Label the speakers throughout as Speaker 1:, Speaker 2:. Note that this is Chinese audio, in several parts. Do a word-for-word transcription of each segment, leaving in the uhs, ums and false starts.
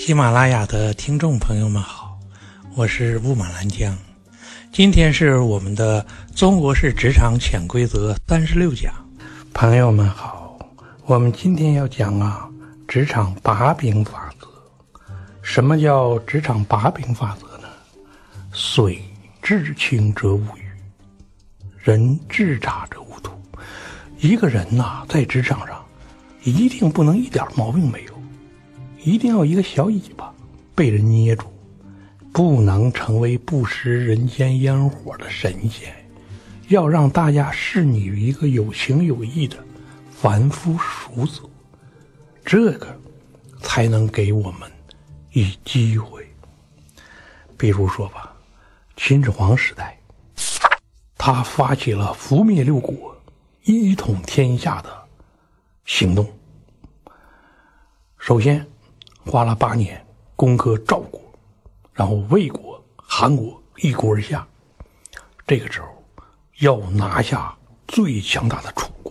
Speaker 1: 喜马拉雅的听众朋友们好，我是雾满兰江。今天是我们的中国式职场潜规则三十六讲。朋友们好，我们今天要讲啊职场把柄法则。什么叫职场把柄法则呢？水至清则无鱼，人至察则无徒。一个人呐、啊，在职场上一定不能一点毛病没有，一定要一个小尾巴被人捏住，不能成为不食人间烟火的神仙，要让大家视你一个有情有义的凡夫俗子，这个才能给我们以机会。比如说吧，秦始皇时代，他发起了覆灭六国、一统天下的行动。首先花了八年攻克赵国，然后魏国、韩国一国而下。这个时候要拿下最强大的楚国，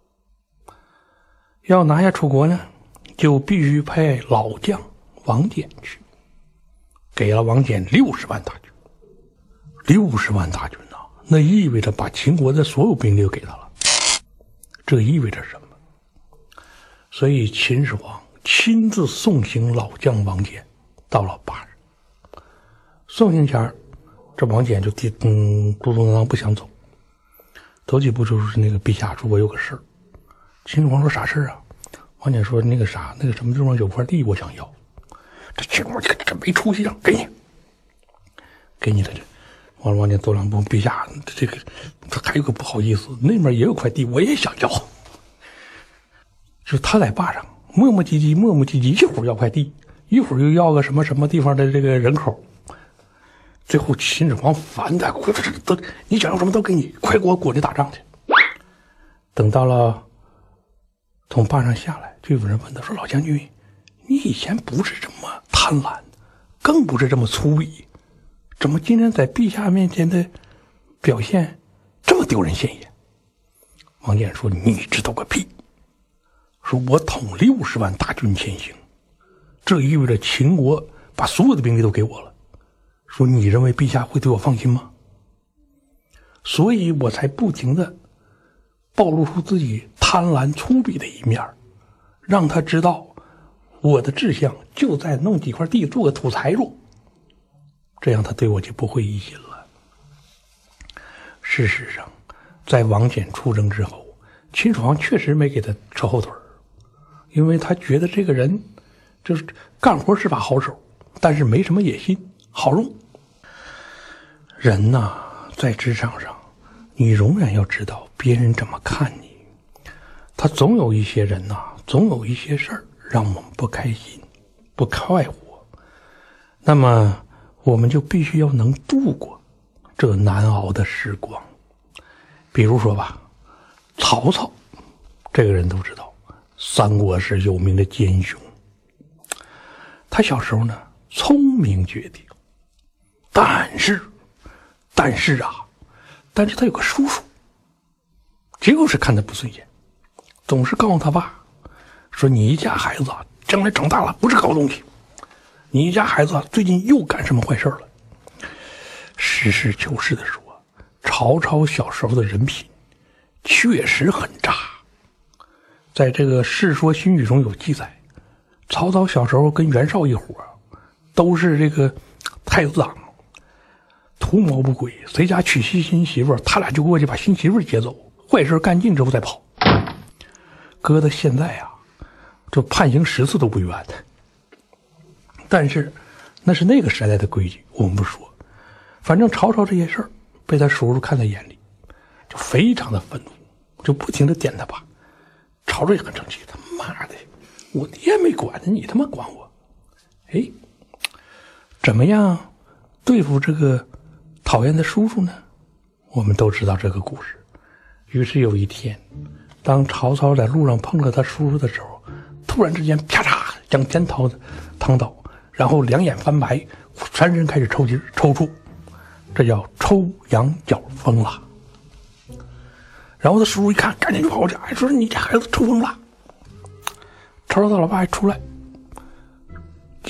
Speaker 1: 要拿下楚国呢，就必须派老将王翦去，给了王翦六十万大军。六十万大军呢、啊，那意味着把秦国的所有兵力都给他了。这意味着什么？所以秦始皇亲自送行老将王翦到了巴日。送行前，这王翦就滴嗯嘟嘟囔囔不想走，走几步就是那个陛下说我有个事儿。秦始皇说啥事儿啊？王翦说那个啥那个什么地方有块地我想要。这秦始皇这这没出息啊，给你，给你的这。王王翦走两步，陛下这个这还有个不好意思，那边也有块地我也想要。就他在坝上磨磨唧唧磨磨唧唧，一会儿要块地，一会儿又要个什么什么地方的这个人口。最后秦始皇烦的，都你想要什么都给你，快给我滚去打仗去。等到了从坝上下来，就有人问他说：“老将军，你以前不是这么贪婪，更不是这么粗鄙，怎么今天在陛下面前的表现这么丢人现眼？”王翦说：“你知道个屁！说我统六十万大军前行，这意味着秦国把所有的兵力都给我了。说你认为陛下会对我放心吗？所以我才不停的暴露出自己贪婪粗鄙的一面，让他知道我的志向就在弄几块地做个土财主，这样他对我就不会疑心了。”事实上，在王翦出征之后，秦始皇确实没给他扯后腿，因为他觉得这个人就是干活是把好手，但是没什么野心，好用。人呐，在职场上你永远要知道别人怎么看你，他总有一些人呐，总有一些事儿让我们不开心不快活，那么我们就必须要能度过这难熬的时光。比如说吧，曹操这个人都知道，三国时有名的奸雄。他小时候呢聪明绝顶，但是但是啊但是他有个叔叔，就是看他不顺眼，总是告诉他爸说：“你家孩子啊，将来长大了不是好东西，你家孩子啊，最近又干什么坏事了。”实事求是的说，曹操小时候的人品确实很渣。在这个《世说新语》中有记载，曹操小时候跟袁绍一伙都是这个太子党，图谋不轨，谁家娶妻新媳妇，他俩就过去把新媳妇接走，坏事干尽之后再跑。搁到现在啊，这判刑十次都不冤的。但是那是那个时代的规矩，我们不说。反正曹操这些事儿被他叔叔看在眼里，就非常的愤怒，就不停的点他爸。曹操也很生气，他妈的，我爹没管呢，你他妈管我。哎，怎么样对付这个讨厌的叔叔呢？我们都知道这个故事。于是有一天，当曹操在路上碰到他叔叔的时候，突然之间啪嚓将肩头躺倒，然后两眼翻白，全身开始抽筋抽搐，这叫抽羊角疯了。然后他叔叔一看，赶紧就跑过去，哎，说你这孩子抽疯了。曹操他老爸一出来，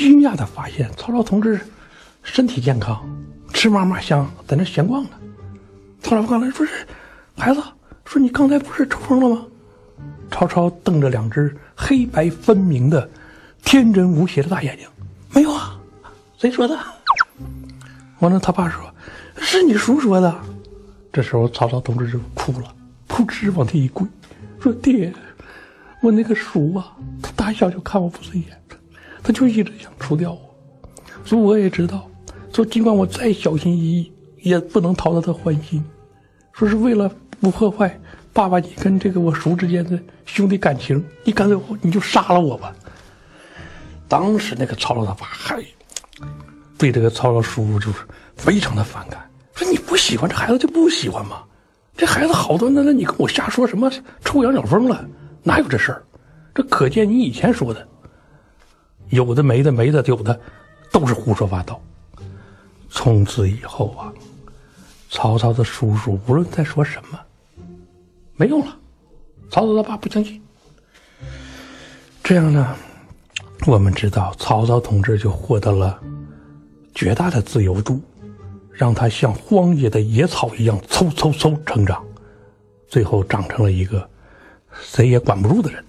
Speaker 1: 惊讶地发现曹操同志身体健康，吃嘛嘛香，在那闲逛呢。曹操刚才说是孩子，说你刚才不是抽风了吗？曹操瞪着两只黑白分明的天真无邪的大眼睛，没有啊，谁说的？完了他爸说是你叔说的。这时候曹操同志就哭了，扑哧往地一跪，说爹，我那个叔啊，他打小就看我不顺眼，他就一直想除掉我，所以我也知道，说尽管我再小心翼翼，也不能讨到他欢心，说是为了不破坏爸爸你跟这个我叔之间的兄弟感情，你干脆你就杀了我吧。当时那个曹操他爸还对这个曹操叔就是非常的反感，说你不喜欢这孩子就不喜欢嘛，这孩子好端端的，你跟我瞎说什么抽羊角风了，哪有这事儿？这可见你以前说的有的没的没的有的都是胡说八道。从此以后啊，曹操的叔叔无论在说什么没用了，曹操他爸不相信。这样呢，我们知道曹操同志就获得了绝大的自由度，让他像荒野的野草一样嗖嗖嗖成长，最后长成了一个谁也管不住的人。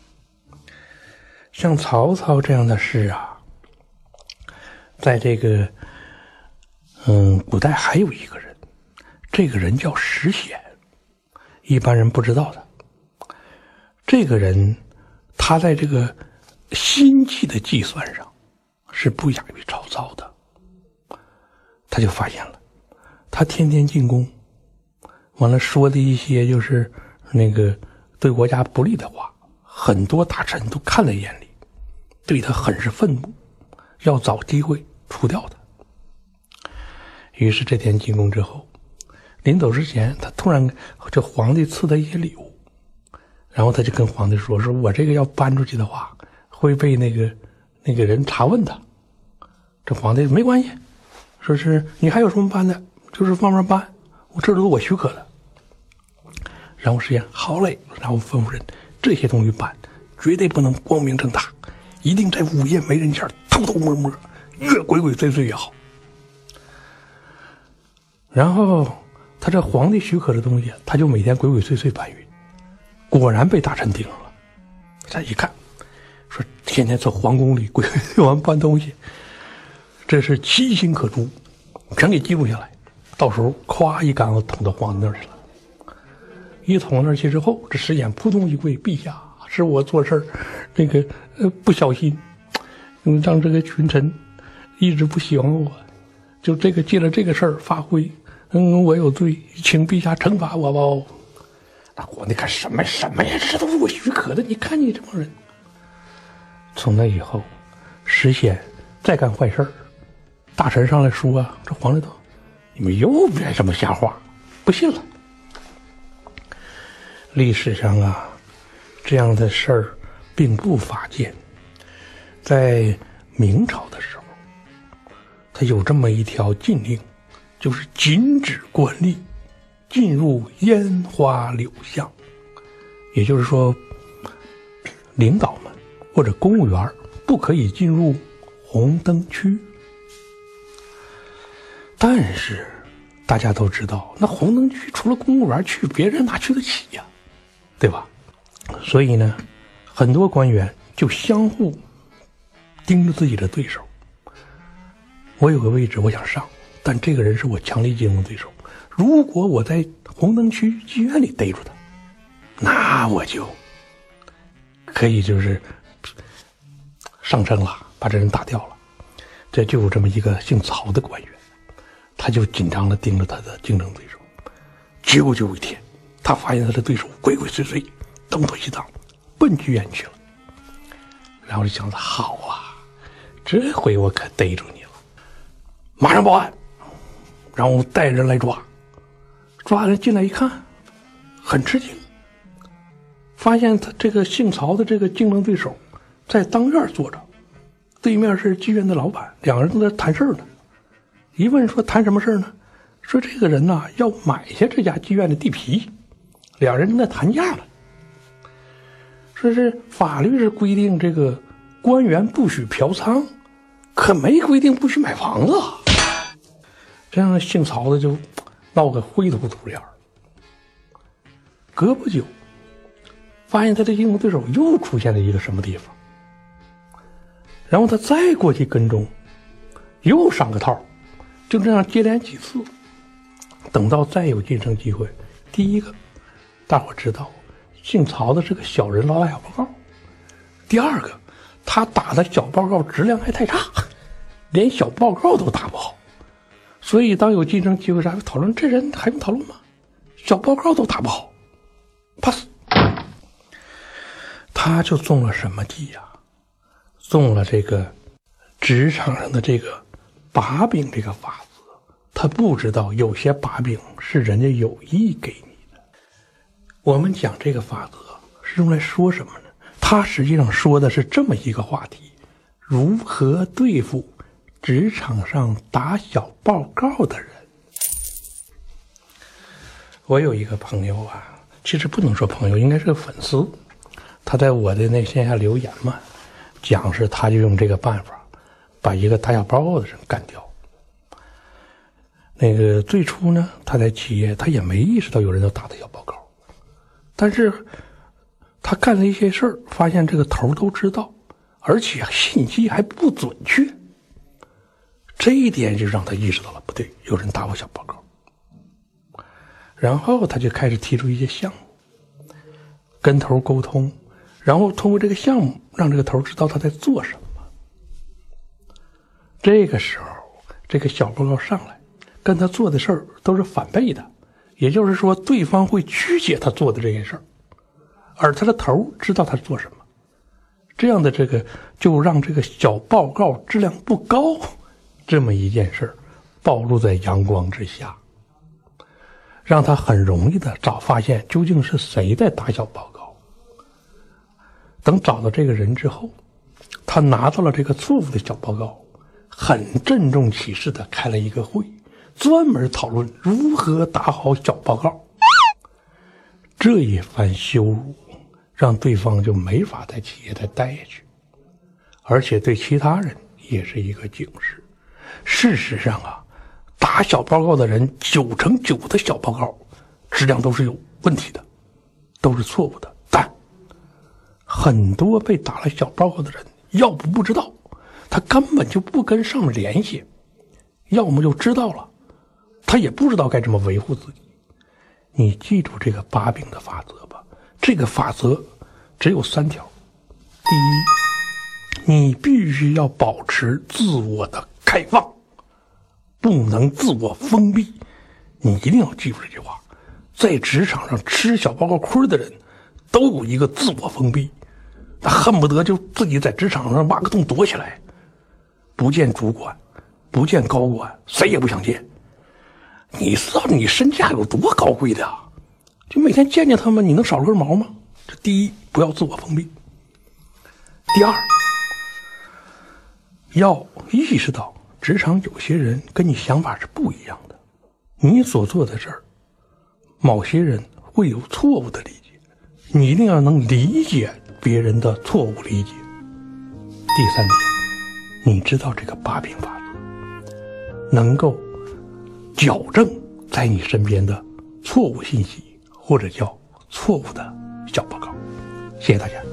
Speaker 1: 像曹操这样的事啊，在这个嗯古代还有一个人，这个人叫石显，一般人不知道的。这个人他在这个心计的计算上是不亚于曹操的。他就发现了，他天天进宫，完了说的一些就是那个对国家不利的话，很多大臣都看在眼里，对他很是愤怒，要找机会除掉他。于是这天进宫之后，临走之前，他突然这皇帝赐他一些礼物，然后他就跟皇帝说：“说我这个要搬出去的话，会被那个那个人查问他。”这皇帝没关系，说是你还有什么搬的，就是慢慢搬，我这都是我许可的。然后实验好嘞，然后吩咐人这些东西搬，绝对不能光明正大，一定在午夜没人前偷偷摸摸，越鬼鬼祟祟越好。然后他这皇帝许可的东西，他就每天鬼鬼祟祟搬运，果然被大臣盯上了。他一看，说天天在皇宫里鬼鬼祟祟搬东西，这是其心可诛，全给记录下来，到时候咵一竿子捅到皇帝那儿去了。一捅到那儿去之后，这石显扑通一跪，陛下，是我做事儿这个呃不小心，嗯，让这个群臣一直不喜欢我，就这个借了这个事儿发挥，嗯，我有罪，请陛下惩罚我吧。那皇帝看什么什么呀，这都是我许可的，你看你这帮人。从那以后，石显再干坏事儿，大臣上来说啊，这皇帝都，你们又编什么瞎话，不信了。历史上啊，这样的事儿并不乏见。在明朝的时候，他有这么一条禁令，就是禁止官吏进入烟花柳巷，也就是说，领导们或者公务员不可以进入红灯区。但是大家都知道，那红灯区除了公务员去，别人哪去得起呀，对吧？所以呢，很多官员就相互盯着自己的对手。我有个位置我想上，但这个人是我强力竞争对手，如果我在红灯区妓院里逮住他，那我就可以就是上升了，把这人打掉了。这就有这么一个姓曹的官员，他就紧张地盯着他的竞争对手。结果就有一天，他发现他的对手鬼鬼祟祟，东躲西藏，奔剧院去了。然后就想着，好啊，这回我可逮住你了，马上报案，然后带人来抓。抓人进来一看，很吃惊，发现他这个姓曹的这个竞争对手在当院坐着，对面是妓院的老板，两个人都在谈事儿呢。一问说谈什么事儿呢？说这个人呢要买下这家妓院的地皮，两人正在谈价呢。说是法律是规定这个官员不许嫖娼， 可没规定不许买房子。这样姓曹的就闹个灰头土脸。隔不久，发现他的竞争对手又出现在一个什么地方，然后他再过去跟踪，又上个套，就这样接连几次。等到再有晋升机会，第一个大伙知道姓曹的是个小人，老打小报告；第二个，他打的小报告质量还太差，连小报告都打不好。所以当有晋升机会时，还会讨论这人还用讨论吗？小报告都打不好，pass。他就中了什么计呀、啊？中了这个职场上的这个把柄这个法则。他不知道有些把柄是人家有意给你的。我们讲这个法则是用来说什么呢？它实际上说的是这么一个话题：如何对付职场上打小报告的人。我有一个朋友啊，其实不能说朋友，应该是个粉丝，他在我的那线下留言嘛，讲是他就用这个办法把一个打小报告的人干掉。那个最初呢，他在企业他也没意识到有人要打他小报告，但是他干了一些事儿，发现这个头都知道，而且信息还不准确。这一点就让他意识到了不对，有人打我小报告。然后他就开始提出一些项目，跟头沟通，然后通过这个项目让这个头知道他在做什么。这个时候这个小报告上来跟他做的事儿都是反背的，也就是说对方会曲解他做的这件事儿，而他的头知道他做什么。这样的这个就让这个小报告质量不高这么一件事暴露在阳光之下，让他很容易的找发现究竟是谁在打小报告。等找到这个人之后，他拿到了这个错误的小报告，很郑重其事的开了一个会，专门讨论如何打好小报告。这一番羞辱让对方就没法在企业再待下去，而且对其他人也是一个警示。事实上啊，打小报告的人九成九的小报告质量都是有问题的，都是错误的。但很多被打了小报告的人，要不不知道，他根本就不跟上面联系，要么就知道了，他也不知道该怎么维护自己。你记住这个把柄的法则吧，这个法则只有三条。第一，你必须要保持自我的开放，不能自我封闭。你一定要记住这句话，在职场上吃小报告亏的人都有一个自我封闭，他恨不得就自己在职场上挖个洞躲起来，不见主管，不见高管，谁也不想见。你知道你身价有多高贵的啊？就每天见见他们，你能少根毛吗？这第一，不要自我封闭。第二，要意识到职场有些人跟你想法是不一样的，你所做的事儿，某些人会有错误的理解，你一定要能理解别人的错误理解。第三点，你知道这个把柄法则，能够矫正在你身边的错误信息，或者叫错误的小报告。谢谢大家。